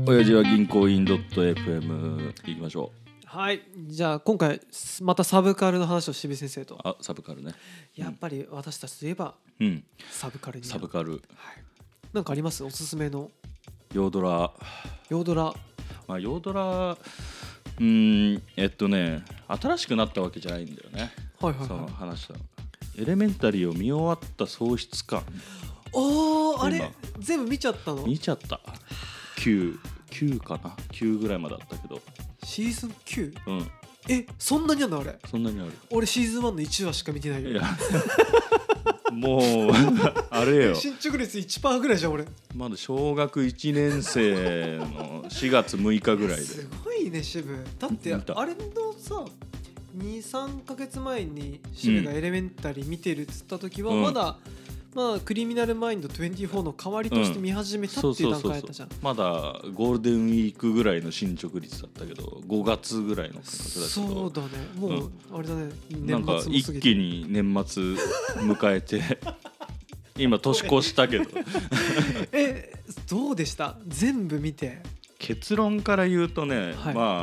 親父は銀行員 .fm いきましょう。 はい、じゃあ今回またサブカルの話を渋井先生と。 サブカルね。 やっぱり私たちといえば、サブカルにサブカル、 なんかあります？おすすめの洋ドラ。 洋ドラ、 洋ドラ新しくなったわけじゃないんだよね。 はいはいはい、 その話したのエレメンタリーを見終わった喪失感。 あれ全部見ちゃったの？ 見ちゃった。9かな、9ぐらいまであったけど。 シーズン 9？ うん。 そんなにあるの？あれそんなにある。 俺シーズン1の1話しか見てないよ。 いやもうあれよ、 進捗率 1% ぐらいじゃん俺。 まだ小学1年生の4月6日ぐらいで。 すごいね渋。だってあれのさ 2,3 ヶ月前に渋がエレメンタリー見てるっつった時はまだ、クリミナルマインド24の代わりとして見始めたっていう段階だったじゃん。 まだゴールデンウィークぐらいの進捗率だったけど、5月ぐらいの感覚だけど。 そうだね、もうあれだね、 なんか一気に年末迎えて今年越したけどどうでした？全部見て。 結論から言うとね、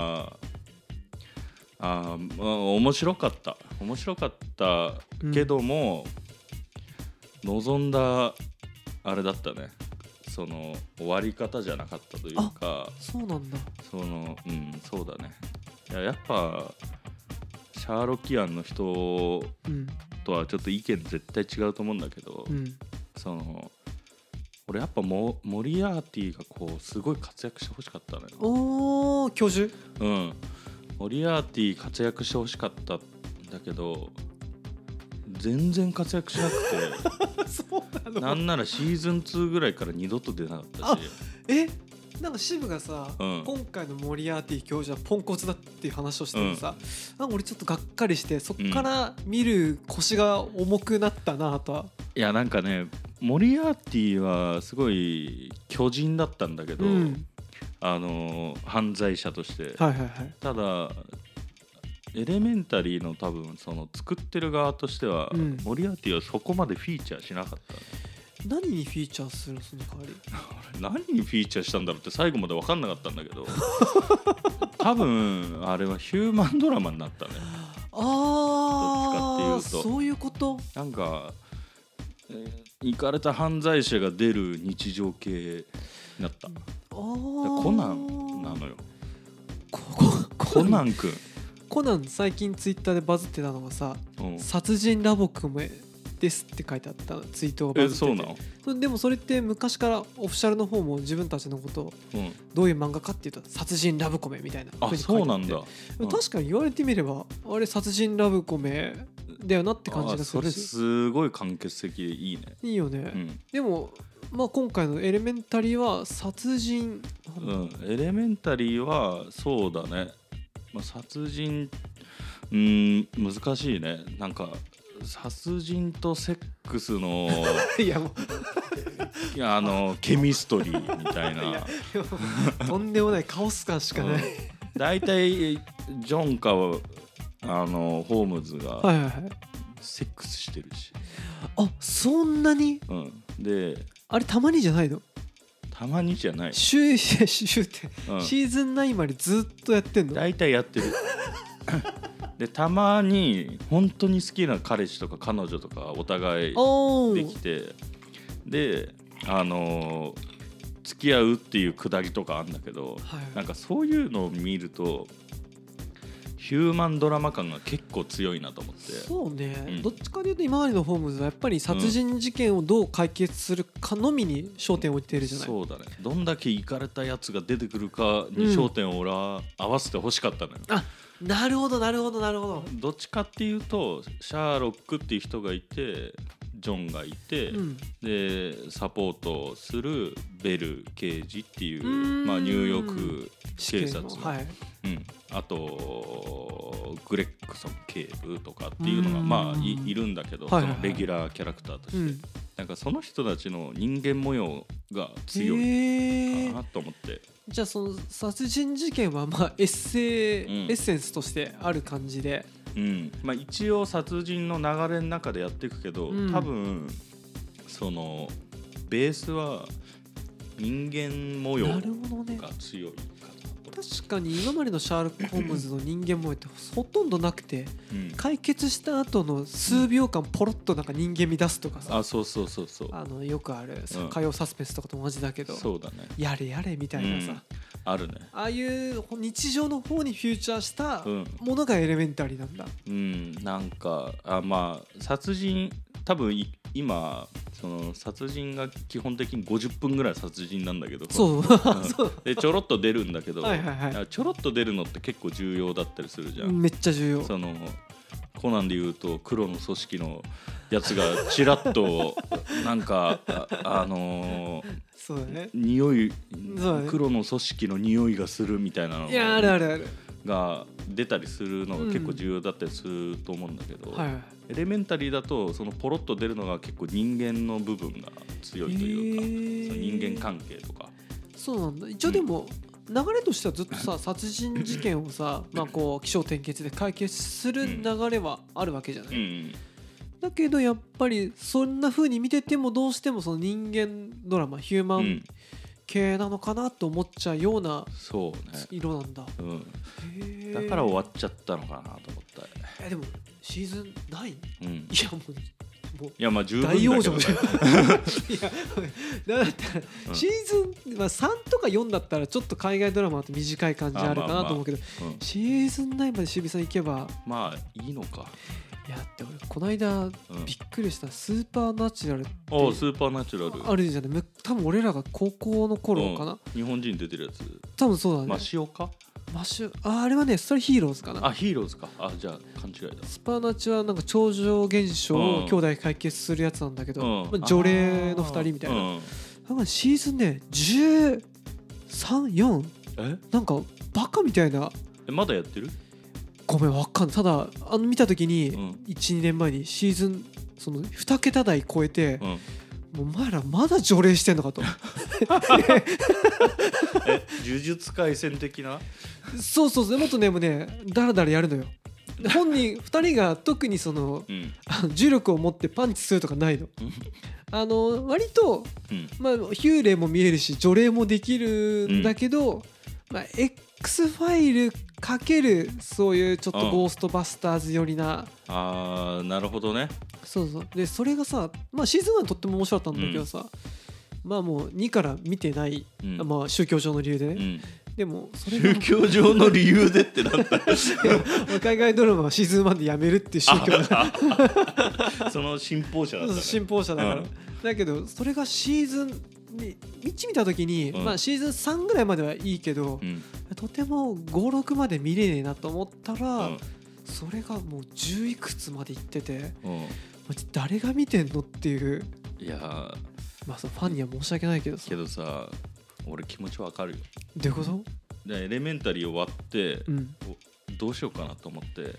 面白かったけども、望んだあれだったね。その終わり方じゃなかったというか。 そうなんだ。 そうだね。やっぱシャーロキアンの人とはちょっと意見絶対違うと思うんだけど、その俺やっぱモリアーティがこうすごい活躍してほしかったのよ。 教授？ モリアーティ活躍してほしかったんだけど全然活躍しなくてそうなの？ なんならシーズン2ぐらいから二度と出なかったし。 なんか渋がさ、 今回のモリアーティ教授はポンコツだっていう話をしてもさ、なんか俺ちょっとがっかりしてそっから見る腰が重くなったなとは。 いやなんかね、モリアーティはすごい巨人だったんだけど、犯罪者として、ただエレメンタリーの多分その作ってる側としては、モリアーティはそこまでフィーチャーしなかった。 何にフィーチャーするの？その代わり何にフィーチャーしたんだろうって最後まで分かんなかったんだけど多分あれはヒューマンドラマになったね。どっちかっていうとそういうこと。 なんかイカれた犯罪者が出る日常系になった。コナンなのよ。コナンくん。 コナン最近ツイッターでバズってたのがさ、殺人ラボくんですって書いてあったツイートがバズってて。 そうなの？ でもそれって昔からオフィシャルの方も自分たちのことをどういう漫画かっていうと殺人ラブコメみたいな風に書いてあって。そうなんだ。確かに言われてみればあれ殺人ラブコメだよなって感じがするし。 それすごい間欠的でいいね。 いいよね、でも今回のエレメンタリーは殺人、 エレメンタリーはそうだね、殺人難しいね。なんか殺人とセックスのいやもうケミストリーみたいなとんでもないカオス感しかない。 だいたいジョンかホームズがセックスしてるし。 そんなに？ であれたまにじゃないの？たまにじゃない。 週ってシーズン9までずっとやってんの？ だいたいやってるでたまに本当に好きな彼氏とか彼女とかお互いできて、で付き合うっていうくだりとかあるんだけど、なんかそういうのを見るとヒューマンドラマ感が結構強いなと思って。 そうね、どっちかというと今までのホームズはやっぱり殺人事件をどう解決するかのみに焦点を置いているじゃない。 そうだね。どんだけイカれたやつが出てくるかに焦点を俺は合わせてほしかったのよ。 なるほど。 どっちかっていうとシャーロックっていう人がいてジョンがいて、でサポートするベル刑事っていう、ニューヨーク警察の、あとグレッグソン警部とかっていうのがいるんだけど、そのレギュラーキャラクターとして、なんかその人たちの人間模様が強いかなと思って。 じゃあその殺人事件はエッセンスとしてある感じで、 一応殺人の流れの中でやっていくけど、多分そのベースは人間模様がなるほどね。 強いかなと。 確かに今までのシャーロック・ホームズの人間模様ってほとんどなくて、解決した後の数秒間ポロッとなんか人間味出すとかさ、 そうよくある火曜サスペンスとかと同じだけど、 そうだね、 やれやれみたいなさ、 あるね。 ああいう日常の方にフューチャーしたものがエレメンタリーなんだ。 なんかまあ殺人多分今その殺人が基本的に50分ぐらい殺人なんだけど、 そうでちょろっと出るんだけど、 はいはいはい、 ちょろっと出るのって結構重要だったりするじゃん。 めっちゃ重要。 そのコナンでいうと黒の組織のやつがちらっとなんかそうだね、 匂い、 そうだね、 黒の組織の匂いがするみたいなのが出たりするのが結構重要だったりすると思うんだけど、 はいはい、 エレメンタリーだとそのポロッと出るのが結構人間の部分が強いというか、その人間関係とか。 そうなんだ。一応でも、流れとしてはずっとさ殺人事件をさまあこう起承転結で解決する流れはあるわけじゃない、だけどやっぱりそんな風に見ててもどうしてもその人間ドラマヒューマン系なのかなと思っちゃうような色なんだ、だから終わっちゃったのかなと思った。でもシーズン 9？ いやもういやまあ十分だけど、 大往生じゃんいやだったらシーズン、3とか4だったらちょっと海外ドラマだと短い感じあるかなと思うけど、シーズン9まで渋井さん行けばまあいいのか。 いやって俺この間びっくりしたスーパーナチュラルってスーパーナチュラルあるじゃない。多分俺らが高校の頃かな、 日本人出てるやつ多分そうだね。 マシオかあれはねそれヒーローズかな。 ヒーローズか。じゃあ勘違いだ。 スパナチはなんか超常現象を兄弟解決するやつなんだけど、除霊の2人みたいな、なんかシーズンね13、4なんかバカみたいな。 まだやってる？ ごめんわかんない。ただ見た時に、1,2 年前にシーズンその2桁台超えて、お前らまだ除霊してんのかと呪術廻戦的な。 そうもっとねもうねだらだらやるのよ。本人2人が特にその、重力を持ってパンチするとかないの。割と、まあ、幽霊も見えるし除霊もできるんだけど、まあ、X ファイルかけるそういうちょっとゴーストバスターズ寄りな。 なるほどね。 そうでそれがさ、まあ、シーズン1とっても面白かったんだけどさ、まあもう2から見てない、まあ、宗教上の理由でね、でもそれ宗教上の理由でってなんだ海外ドラマはシーズン1でやめるっていう宗教だその信奉者だった、ね、 信奉者だから、だけどそれがシーズンに1見た時に、まあ、シーズン3ぐらいまではいいけど、とても5、6まで見れねえなと思ったら、それがもう10いくつまでいってて、誰が見てんのっていう。いやまあそのファンには申し訳ないけどさ俺気持ちわかるよ。 どういうこと？ でエレメンタリー終わって、どうしようかなと思って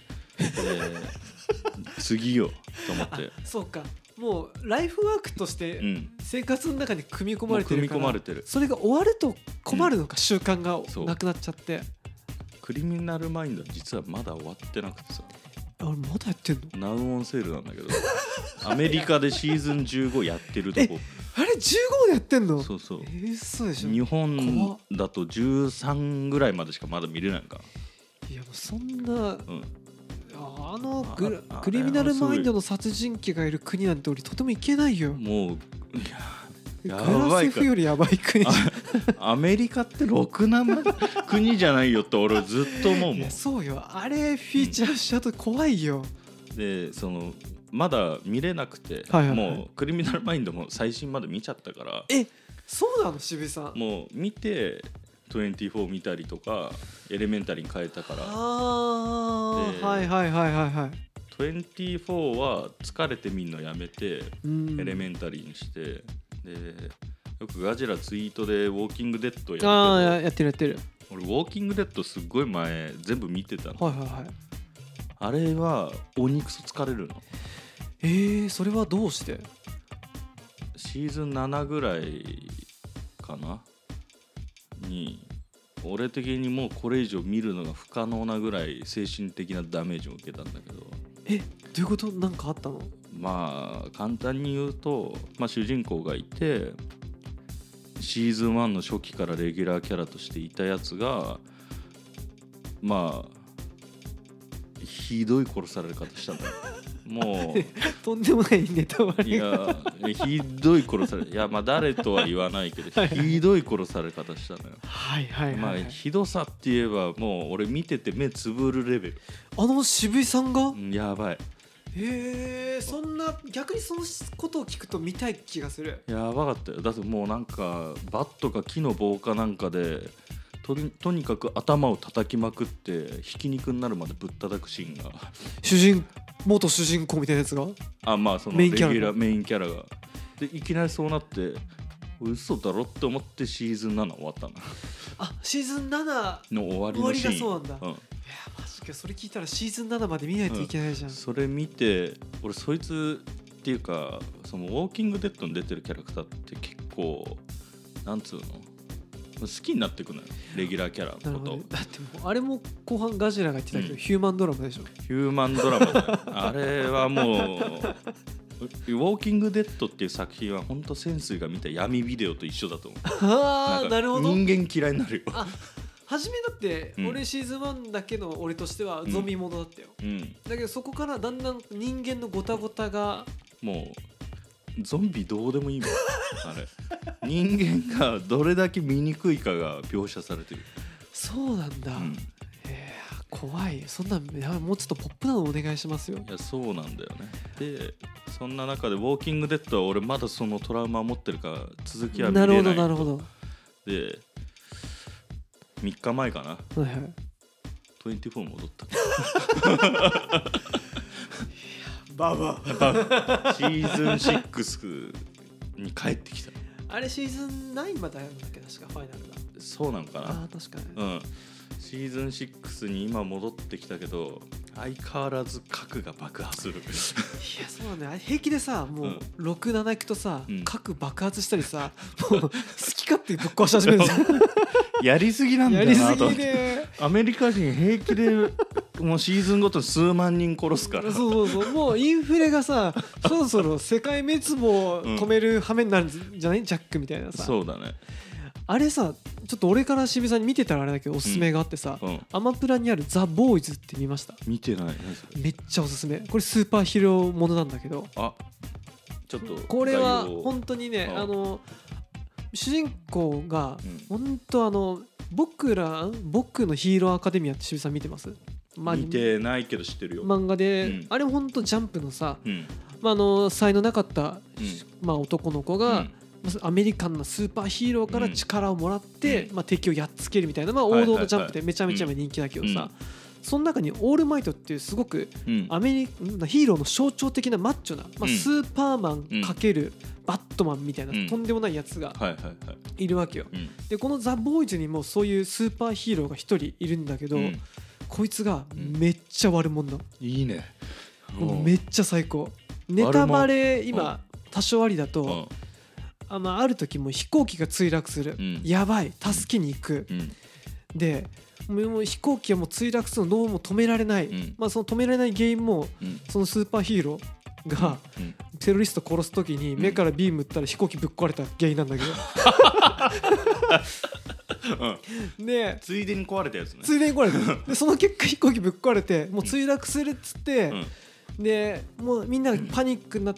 次よと思ってそうかもうライフワークとして生活の中に組み込まれてるから、それが終わると困るのか、習慣がなくなっちゃって。 クリミナルマインド実はまだ終わってなくてさ。 まだやってんの？ ナウオンセールなんだけどアメリカでシーズン15やってるとこ。 あれ15でやってんの？ そうそうそうでしょ。 日本だと13ぐらいまでしかまだ見れないか。 いやもうそんな、クリミナルマインドの殺人鬼がいる国なんて俺とても行けないよ。もうグラセフよりやばい国じゃんアメリカってろくな国じゃないよって俺ずっと思うもん。 いやそうよ、あれフィーチャーしちゃうと怖いよ。 でそのまだ見れなくて、もうクリミナルマインドも最新まで見ちゃったから。 そうなの渋井さん？ もう見て24見たりとかエレメンタリーに変えたから。24は疲れてみんのやめてエレメンタリーにして、でよくガジラツイートでウォーキングデッドやってる。 俺ウォーキングデッドすっごい前全部見てたの。あれはお肉そ疲れるの。 それはどうして？ シーズン7ぐらいかなに俺的にもうこれ以上見るのが不可能なぐらい精神的なダメージを受けたんだけど。 どういうこと？なんかあったの？ まあ簡単に言うと、主人公がいて、 シーズン1の初期からレギュラーキャラとしていたやつがまあひどい殺され方したのよ。もうとんでもないネタバレ。 いやひどい殺され、いやまあ誰とは言わないけどひどい殺され方したのよ。 はいはいはい、 まあひどさって言えばもう俺見てて目つぶるレベル。 渋井さんが、 やばい。 そんな逆にそのことを聞くと見たい気がする。 やばかったよ。だってもうなんかバットか木の棒かなんかでとにかく頭を叩きまくってひき肉になるまでぶったたくシーンが元主人公みたいなやつがまあそのメインキャラがでいきなりそうなって嘘だろって思ってシーズン7終わったの。 シーズン7 の終わりのシーン。 がそうなんだ、いやマジか。それ聞いたらシーズン7まで見ないといけないじゃん、 それ見て俺そいつっていうかそのウォーキングデッドに出てるキャラクターって結構なんつうの好きになってくのよレギュラーキャラのこと、 だってもうあれも後半ガジラが言ってたけど、ヒューマンドラマでしょ。 ヒューマンドラマだよあれはもうウォーキングデッドっていう作品は本当潜水が見た闇ビデオと一緒だと思う。 なるほど。 人間嫌いになるよ。 初めだって、俺シーズン1だけの俺としてはゾンビものだったよ、だけどそこからだんだん人間のごたごたがもうゾンビどうでもいいもんあれ人間がどれだけ醜いかが描写されてる。 そうなんだ、怖い。そんなもうちょっとポップなのお願いしますよ。 いやそうなんだよね。でそんな中でウォーキングデッドは俺まだそのトラウマを持ってるから続きは見れないと。 なるほど。 で3日前かな、24戻ったババシーズン6に帰ってきた。 あれシーズン9まであるんだっけ確かファイナルが。 そうなのかな。 確かに、 シーズン6に今戻ってきたけど相変わらず核が爆発する。いやそうなんだよ。平気でさもう6、7行くとさ、核爆発したりさもう好き勝手ぶっ壊し始めるんですよやりすぎなんだよな。 やりすぎでアメリカ人平気でもうシーズンごとに数万人殺すから。 そうもうインフレがさそろそろ世界滅亡を止める羽目になるんじゃない、ジャックみたいなさ。 そうだね。 あれさちょっと俺から渋井さんに見てたらあれだけどおすすめがあってさ、アマプラにあるザ・ボーイズって見ました？ 見てない。 めっちゃおすすめ。これスーパーヒーローものなんだけど、 ちょっとこれは本当にね主人公が本当僕のヒーローアカデミアって渋井さん見てます？ 見てないけど知ってるよ。 漫画で、あれ本当ジャンプのさ、才能なかった、男の子が、アメリカンなスーパーヒーローから力をもらって、敵をやっつけるみたいな、王道のジャンプでめちゃめちゃ人気だけどさ、その中にオールマイトっていうすごくヒーローの象徴的なマッチョな、スーパーマン×バットマンみたいなとんでもないやつがいるわけよ。でこのザ・ボーイズにもそういうスーパーヒーローが一人いるんだけど、こいつがめっちゃ悪者なの。 いいね。 めっちゃ最高。ネタバレ今多少ありだと、ある時も飛行機が墜落する、やばい助けに行く、でもう飛行機はもう墜落するのどうも止められない、その止められない原因も、そのスーパーヒーローが、テロリスト殺す時に目からビーム撃ったら飛行機ぶっ壊れた原因なんだけどでついでに壊れたやつね。 ついでに壊れたでその結果飛行機ぶっ壊れてもう墜落するっつって、でもうみんながパニックになって、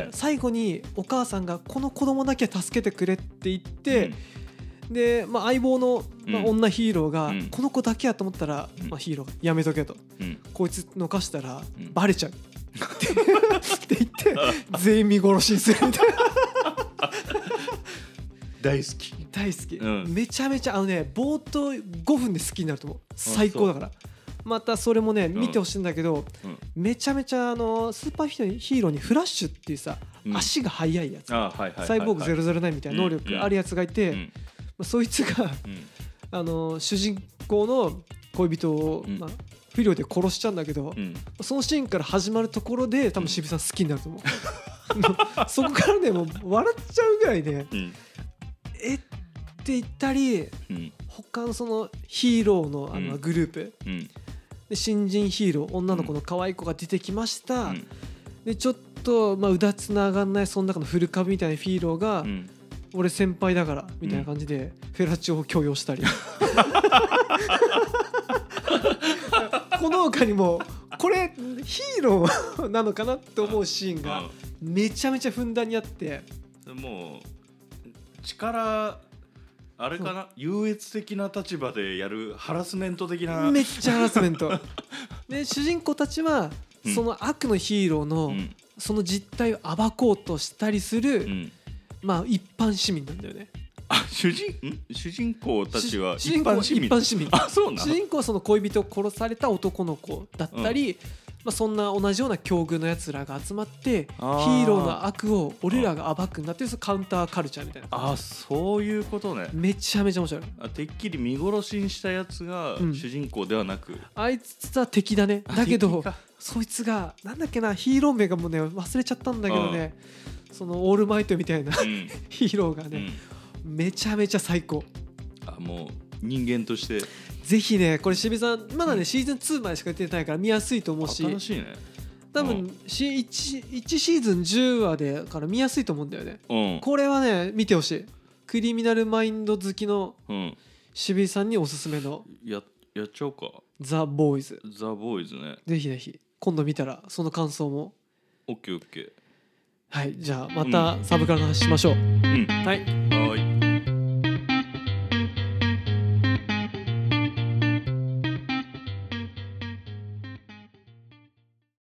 最後にお母さんがこの子供だけは助けてくれって言って、で、相棒の、女ヒーローが、この子だけやと思ったら、ヒーローがやめとけと、こいつ逃したらバレちゃうって言って全員見殺しにするみたいな大好き、 めちゃめちゃ冒頭5分で好きになると思う。最高だから。またそれもね見てほしいんだけど、めちゃめちゃスーパーヒーローにフラッシュっていうさ、足が速いやつ、サイボーグ009みたいな能力あるやつがいて、そいつが主人公の恋人を不良で殺しちゃうんだけど、そのシーンから始まるところで多分渋井さん好きになると思うそこからねもう笑っちゃうぐらいね、って言ったり、他のそのヒーローのグループ、で新人ヒーロー女の子の可愛い子が出てきました、でちょっとうだつながんないその中の古株みたいなヒーローが、 俺先輩だからみたいな感じでフェラチオを強要したり、この他にもこれヒーローなのかなって思うシーンがめちゃめちゃふんだんにあって、 もう力あれかな、優越的な立場でやるハラスメント的な、 めっちゃハラスメントで主人公たちはその悪のヒーローのその実態を暴こうとしたりする、まあ一般市民なんだよね。 主人公たちは一般市民。あ、そうな。 主人公はその恋人を殺された男の子だったり、まあ、そんな同じような境遇のやつらが集まってヒーローの悪を俺らが暴くんだっていう、そのカウンターカルチャーみたいな。 あ、そういうことね。 めちゃめちゃ面白い。 てっきり見殺しにしたやつが主人公ではなく、 あいつは敵だね。だけどそいつがなんだっけな、ヒーロー名がもうね忘れちゃったんだけどね、そのオールマイトみたいな、ヒーローがね、めちゃめちゃ最高。 もう人間としてぜひね、これ渋井さんまだね、シーズン2までしか出てないから見やすいと思うし、 新しいね。 多分、1シーズン10話でから見やすいと思うんだよね。これはね見てほしい。クリミナルマインド好きの渋井さんにおすすめのやっちゃおうか。 ザ・ボーイズね。 ぜひぜひ今度見たらその感想も。 オッケー。 はい、じゃあまたサブカルの話しましょう。 はい。